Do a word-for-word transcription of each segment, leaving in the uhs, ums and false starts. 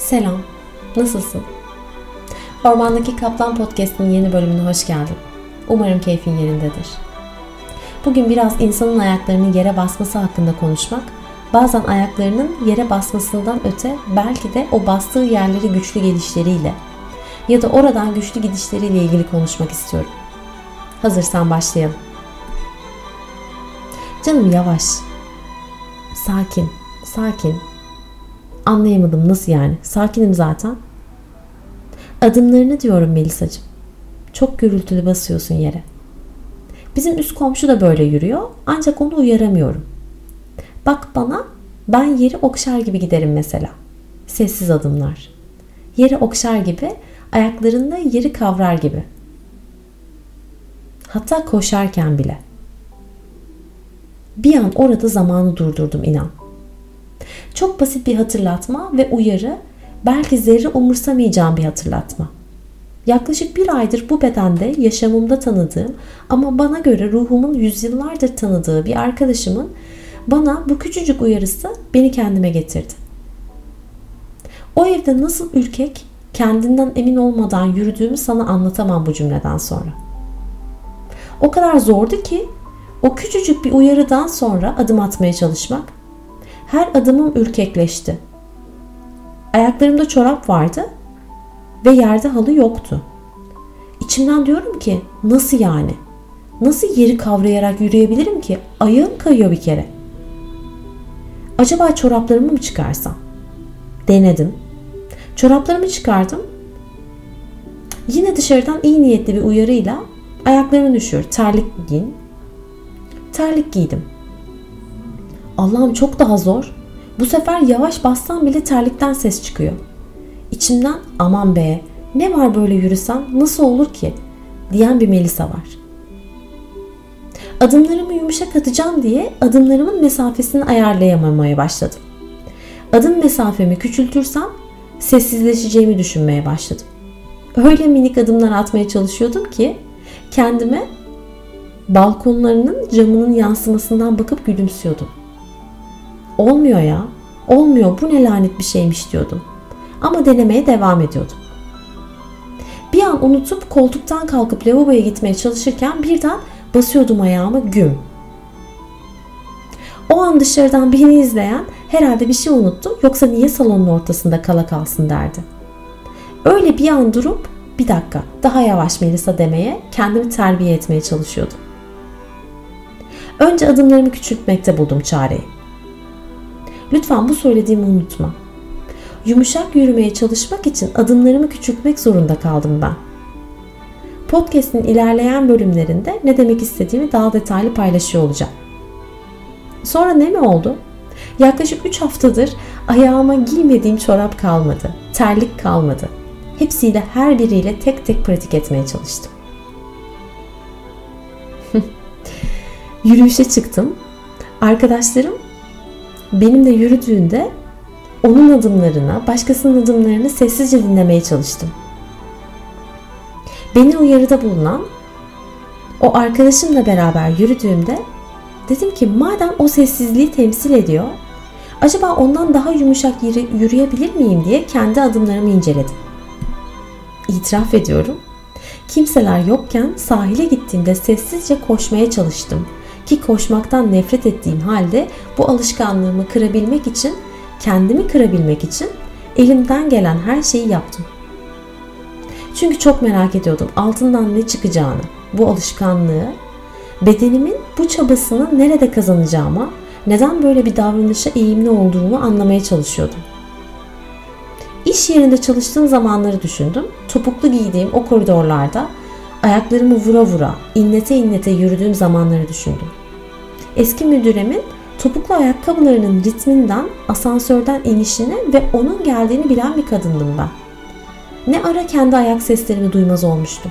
Selam, nasılsın? Ormandaki Kaplan Podcast'ın yeni bölümüne hoş geldin. Umarım keyfin yerindedir. Bugün biraz insanın ayaklarının yere basması hakkında konuşmak, bazen ayaklarının yere basmasından öte belki de o bastığı yerleri güçlü gelişleriyle ya da oradan güçlü gidişleriyle ilgili konuşmak istiyorum. Hazırsan başlayalım. Canım yavaş, sakin, sakin. Anlayamadım, nasıl yani? Sakinim zaten. Adımlarını diyorum Melisacığım. Çok gürültülü basıyorsun yere. Bizim üst komşu da böyle yürüyor. Ancak onu uyaramıyorum. Bak bana, ben yeri okşar gibi giderim mesela. Sessiz adımlar. Yeri okşar gibi, ayaklarında yeri kavrar gibi. Hatta koşarken bile. Bir an orada zamanı durdurdum inan. Çok basit bir hatırlatma ve uyarı, belki zerre umursamayacağım bir hatırlatma. Yaklaşık bir aydır bu bedende yaşamımda tanıdığım ama bana göre ruhumun yüzyıllardır tanıdığı bir arkadaşımın bana bu küçücük uyarısı beni kendime getirdi. O evde nasıl ürkek, kendinden emin olmadan yürüdüğümü sana anlatamam bu cümleden sonra. O kadar zordu ki o küçücük bir uyarıdan sonra adım atmaya çalışmak. Her adımım ürkekleşti. Ayaklarımda çorap vardı ve yerde halı yoktu. İçimden diyorum ki nasıl yani? Nasıl yeri kavrayarak yürüyebilirim ki? Ayağım kayıyor bir kere. Acaba çoraplarımı mı çıkarsam? Denedim. Çoraplarımı çıkardım. Yine dışarıdan iyi niyetli bir uyarıyla ayaklarını düşür, terlik giyin. Terlik giydim. Allah'ım çok daha zor. Bu sefer yavaş bassam bile terlikten ses çıkıyor. İçimden aman be, ne var böyle yürüsem, nasıl olur ki diyen bir Melisa var. Adımlarımı yumuşak atacağım diye adımlarımın mesafesini ayarlayamamaya başladım. Adım mesafemi küçültürsem sessizleşeceğimi düşünmeye başladım. Öyle minik adımlar atmaya çalışıyordum ki kendime balkonlarının camının yansımasından bakıp gülümsüyordum. Olmuyor ya, olmuyor, bu ne lanet bir şeymiş diyordum. Ama denemeye devam ediyordum. Bir an unutup koltuktan kalkıp lavaboya gitmeye çalışırken birden basıyordum ayağımı güm. O an dışarıdan beni izleyen herhalde bir şey unuttu, yoksa niye salonun ortasında kala kalsın derdi. Öyle bir an durup bir dakika daha yavaş Melisa demeye, kendimi terbiye etmeye çalışıyordum. Önce adımlarımı küçültmekte buldum çareyi. Lütfen bu söylediğimi unutma. Yumuşak yürümeye çalışmak için adımlarımı küçültmek zorunda kaldım ben. Podcast'in ilerleyen bölümlerinde ne demek istediğimi daha detaylı paylaşıyor olacağım. Sonra ne mi oldu? Yaklaşık üç haftadır ayağıma giymediğim çorap kalmadı, terlik kalmadı. Hepsiyle, her biriyle tek tek pratik etmeye çalıştım. Yürüyüşe çıktım. Arkadaşlarım benimle yürüdüğünde onun adımlarına, başkasının adımlarını sessizce dinlemeye çalıştım. Beni uyarıda bulunan o arkadaşımla beraber yürüdüğümde dedim ki madem o sessizliği temsil ediyor, acaba ondan daha yumuşak yürüyebilir miyim diye kendi adımlarımı inceledim. İtiraf ediyorum, kimseler yokken sahile gittiğimde sessizce koşmaya çalıştım. Ki koşmaktan nefret ettiğim halde bu alışkanlığımı kırabilmek için, kendimi kırabilmek için elimden gelen her şeyi yaptım. Çünkü çok merak ediyordum altından ne çıkacağını, bu alışkanlığı, bedenimin bu çabasını nerede kazanacağıma, neden böyle bir davranışa eğilimli olduğumu anlamaya çalışıyordum. İş yerinde çalıştığım zamanları düşündüm. Topuklu giydiğim o koridorlarda ayaklarımı vura vura, inlete inlete yürüdüğüm zamanları düşündüm. Eski müdüremin topuklu ayakkabılarının ritminden, asansörden inişini ve onun geldiğini bilen bir kadındım ben. Ne ara kendi ayak seslerimi duymaz olmuştum.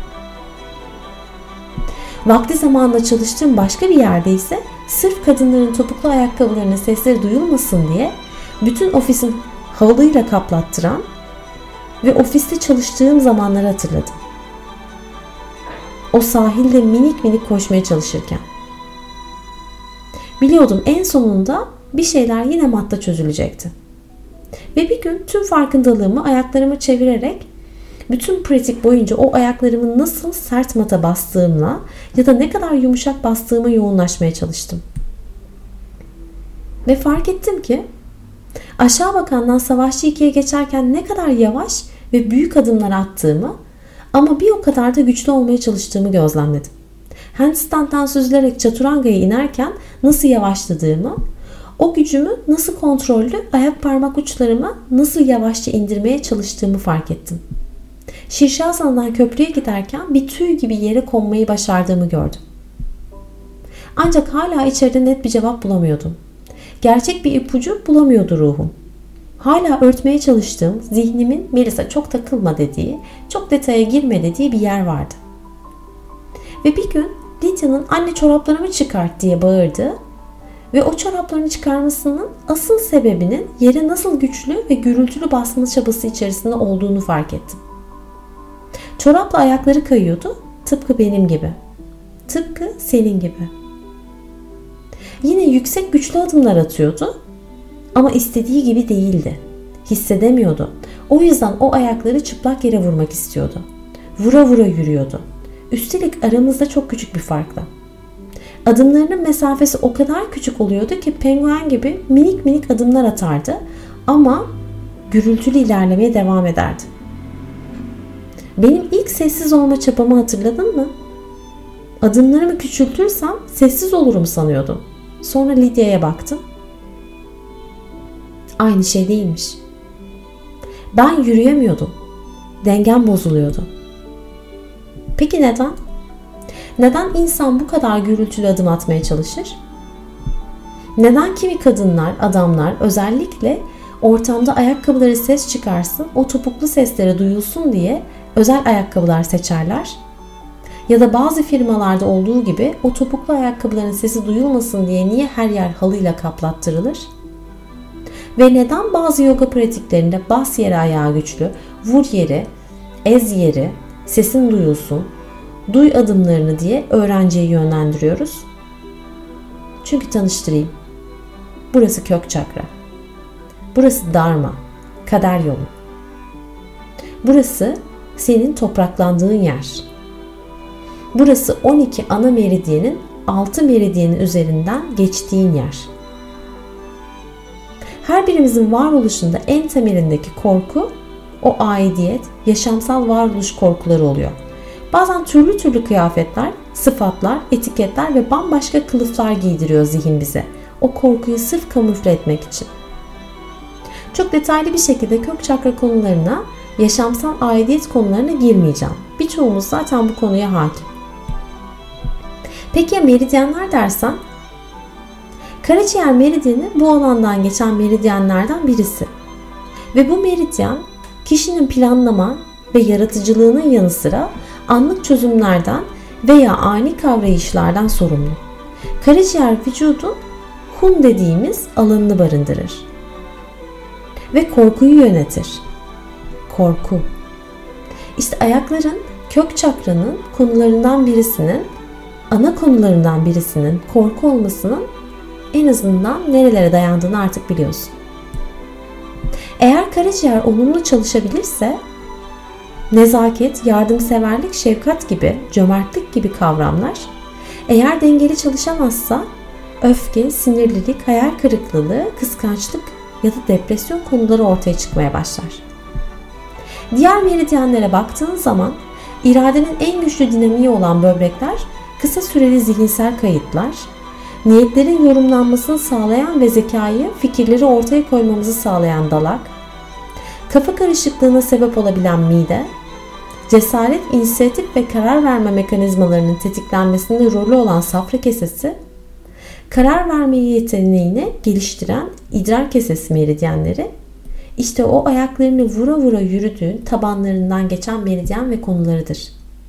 Vakti zamanında çalıştığım başka bir yerde ise sırf kadınların topuklu ayakkabılarının sesleri duyulmasın diye bütün ofisin halıyla kaplattıran ve ofiste çalıştığım zamanları hatırladım. O sahilde minik minik koşmaya çalışırken. Biliyordum en sonunda bir şeyler yine matta çözülecekti. Ve bir gün tüm farkındalığımı ayaklarımı çevirerek bütün pratik boyunca o ayaklarımın nasıl sert mata bastığımla ya da ne kadar yumuşak bastığıma yoğunlaşmaya çalıştım. Ve fark ettim ki aşağı bakandan savaşçı ikiye geçerken ne kadar yavaş ve büyük adımlar attığımı ama bir o kadar da güçlü olmaya çalıştığımı gözlemledim. Handstand'dan süzülerek çaturangaya inerken nasıl yavaşladığımı, o gücümü nasıl kontrollü ayak parmak uçlarıma nasıl yavaşça indirmeye çalıştığımı fark ettim. Şirşasan'dan köprüye giderken bir tüy gibi yere konmayı başardığımı gördüm. Ancak hala içeride net bir cevap bulamıyordum. Gerçek bir ipucu bulamıyordu ruhum. Hala örtmeye çalıştığım, zihnimin Melisa çok takılma dediği, çok detaya girme dediği bir yer vardı. Ve bir gün Lidya'nın anne çoraplarımı çıkart diye bağırdı ve o çoraplarını çıkarmasının asıl sebebinin yere nasıl güçlü ve gürültülü basma çabası içerisinde olduğunu fark ettim. Çorapla ayakları kayıyordu, tıpkı benim gibi. Tıpkı senin gibi. Yine yüksek güçlü adımlar atıyordu ama istediği gibi değildi. Hissedemiyordu. O yüzden o ayakları çıplak yere vurmak istiyordu. Vura vura yürüyordu. Üstelik aramızda çok küçük bir farkla. Adımlarının mesafesi o kadar küçük oluyordu ki penguen gibi minik minik adımlar atardı ama gürültülü ilerlemeye devam ederdi. Benim ilk sessiz olma çabamı hatırladın mı? Adımlarımı küçültürsem sessiz olurum sanıyordum. Sonra Lidya'ya baktım. Aynı şey değilmiş. Ben yürüyemiyordum. Dengem bozuluyordu. Peki neden? Neden insan bu kadar gürültülü adım atmaya çalışır? Neden kimi kadınlar, adamlar özellikle ortamda ayakkabıları ses çıkarsın, o topuklu sesleri duyulsun diye özel ayakkabılar seçerler? Ya da bazı firmalarda olduğu gibi o topuklu ayakkabıların sesi duyulmasın diye niye her yer halıyla kaplattırılır? Ve neden bazı yoga pratiklerinde bas yere ayağı güçlü, vur yeri, ez yeri, sesin duyulsun, duy adımlarını diye öğrenciyi yönlendiriyoruz? Çünkü tanıştırayım. Burası kök çakra. Burası dharma, kader yolu. Burası senin topraklandığın yer. Burası on iki ana meridyenin altı meridyenin üzerinden geçtiğin yer. Her birimizin varoluşunda en temelindeki korku, o aidiyet, yaşamsal varoluş korkuları oluyor. Bazen türlü türlü kıyafetler, sıfatlar, etiketler ve bambaşka kılıflar giydiriyor zihin bize. O korkuyu sırf kamufle etmek için. Çok detaylı bir şekilde kök çakra konularına, yaşamsal aidiyet konularına girmeyeceğim. Birçoğumuz zaten bu konuya hakim. Peki ya meridyenler dersen? Karaciğer meridyeni bu alandan geçen meridyenlerden birisi. Ve bu meridyen kişinin planlama ve yaratıcılığının yanı sıra anlık çözümlerden veya ani kavrayışlardan sorumlu. Karaciğer vücudun hun dediğimiz alanını barındırır. Ve korkuyu yönetir. Korku. İşte ayakların kök çakranın konularından birisinin, ana konularından birisinin korku olmasının en azından nerelere dayandığını artık biliyorsun. Eğer karaciğer olumlu çalışabilirse nezaket, yardımseverlik, şefkat gibi, cömertlik gibi kavramlar, eğer dengeli çalışamazsa öfke, sinirlilik, hayal kırıklığı, kıskançlık ya da depresyon konuları ortaya çıkmaya başlar. Diğer meridyenlere baktığın zaman iradenin en güçlü dinamiği olan böbrekler, kısa süreli zihinsel kayıtlar, niyetlerin yorumlanmasını sağlayan ve zekayı, fikirleri ortaya koymamızı sağlayan dalak, kafa karışıklığına sebep olabilen mide, cesaret, inisiyatif ve karar verme mekanizmalarının tetiklenmesinde rolü olan safra kesesi, karar verme yeteneğini geliştiren idrar kesesi meridyenleri, işte o ayaklarını vura vura yürüdüğün tabanlarından geçen meridyen ve konularıdır.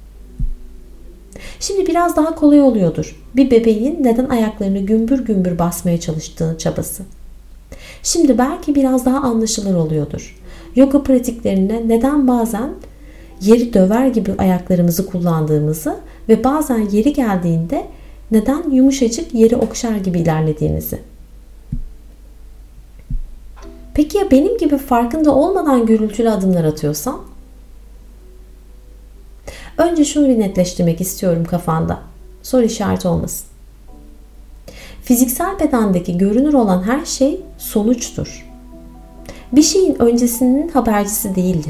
Şimdi biraz daha kolay oluyordur bir bebeğin neden ayaklarını gümbür gümbür basmaya çalıştığı çabası. Şimdi belki biraz daha anlaşılır oluyordur. Yoga pratiklerinde neden bazen yeri döver gibi ayaklarımızı kullandığımızı ve bazen yeri geldiğinde neden yumuşacık yeri okşar gibi ilerlediğimizi. Peki ya benim gibi farkında olmadan gürültülü adımlar atıyorsam? Önce şunu bir netleştirmek istiyorum kafanda. Soru işareti olmasın. Fiziksel bedendeki görünür olan her şey sonuçtur. Bir şeyin öncesinin habercisi değildir.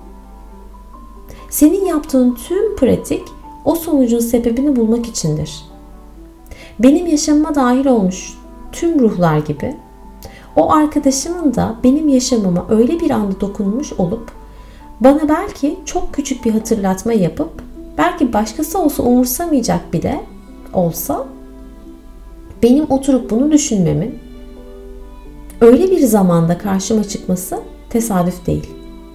Senin yaptığın tüm pratik o sonucun sebebini bulmak içindir. Benim yaşamıma dahil olmuş tüm ruhlar gibi o arkadaşımın da benim yaşamıma öyle bir anda dokunmuş olup bana belki çok küçük bir hatırlatma yapıp belki başkası olsa umursamayacak bile olsa benim oturup bunu düşünmemin öyle bir zamanda karşıma çıkması tesadüf değil.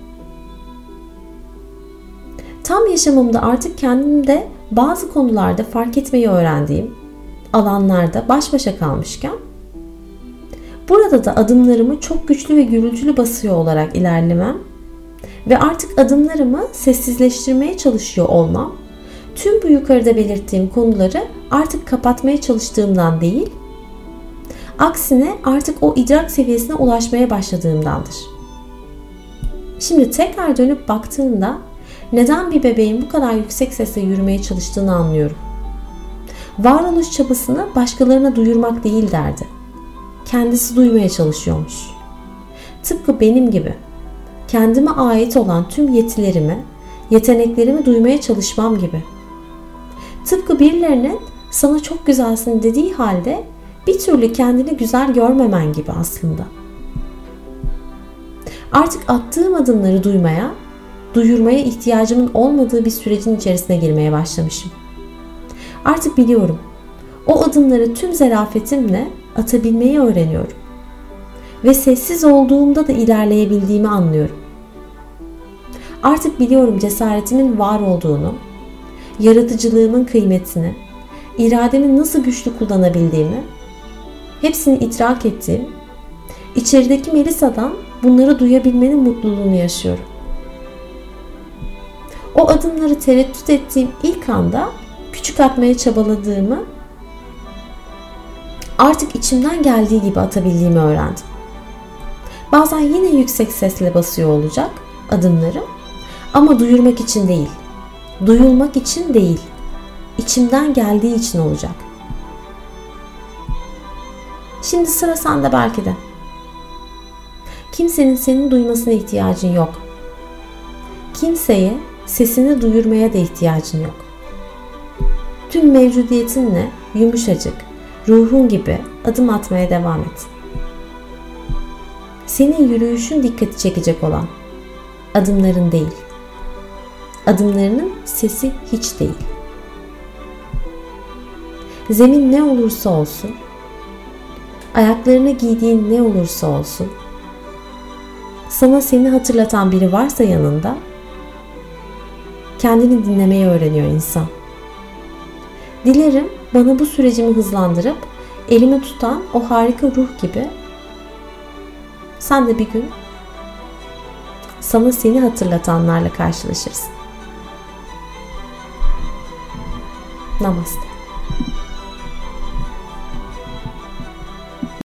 Tam yaşamımda artık kendimde bazı konularda fark etmeyi öğrendiğim alanlarda baş başa kalmışken burada da adımlarımı çok güçlü ve gürültülü basıyor olarak ilerlemem ve artık adımlarımı sessizleştirmeye çalışıyor olmam tüm bu yukarıda belirttiğim konuları artık kapatmaya çalıştığımdan değil, aksine artık o idrak seviyesine ulaşmaya başladığımdandır. Şimdi tekrar dönüp baktığımda neden bir bebeğin bu kadar yüksek sesle yürümeye çalıştığını anlıyorum. Varoluş çabasını başkalarına duyurmak değil derdi. Kendisi duymaya çalışıyormuş. Tıpkı benim gibi kendime ait olan tüm yetilerimi, yeteneklerimi duymaya çalışmam gibi. Tıpkı birilerinin sana çok güzelsin dediği halde bir türlü kendini güzel görmemen gibi aslında. Artık attığım adımları duymaya, duyurmaya ihtiyacımın olmadığı bir sürecin içerisine girmeye başlamışım. Artık biliyorum. O adımları tüm zarafetimle atabilmeyi öğreniyorum. Ve sessiz olduğumda da ilerleyebildiğimi anlıyorum. Artık biliyorum cesaretimin var olduğunu, yaratıcılığımın kıymetini, irademi nasıl güçlü kullanabildiğimi, hepsini idrak ettiğim, içerideki Melisa'dan bunları duyabilmenin mutluluğunu yaşıyorum. O adımları tereddüt ettiğim ilk anda küçük atmaya çabaladığımı artık içimden geldiği gibi atabildiğimi öğrendim. Bazen yine yüksek sesle basıyor olacak adımlarım ama duyurmak için değil, duyulmak için değil, içimden geldiği için olacak. Şimdi sıra sende belki de. Kimsenin senin duymasına ihtiyacın yok. Kimseye sesini duyurmaya da ihtiyacın yok. Tüm mevcudiyetinle yumuşacık, ruhun gibi adım atmaya devam et. Senin yürüyüşün dikkati çekecek olan, adımların değil. Adımlarının sesi hiç değil. Zemin ne olursa olsun, ayaklarına giydiğin ne olursa olsun, sana seni hatırlatan biri varsa yanında, kendini dinlemeyi öğreniyor insan. Dilerim bana bu sürecimi hızlandırıp elimi tutan o harika ruh gibi sen de bir gün sana seni hatırlatanlarla karşılaşırsın. Namaste.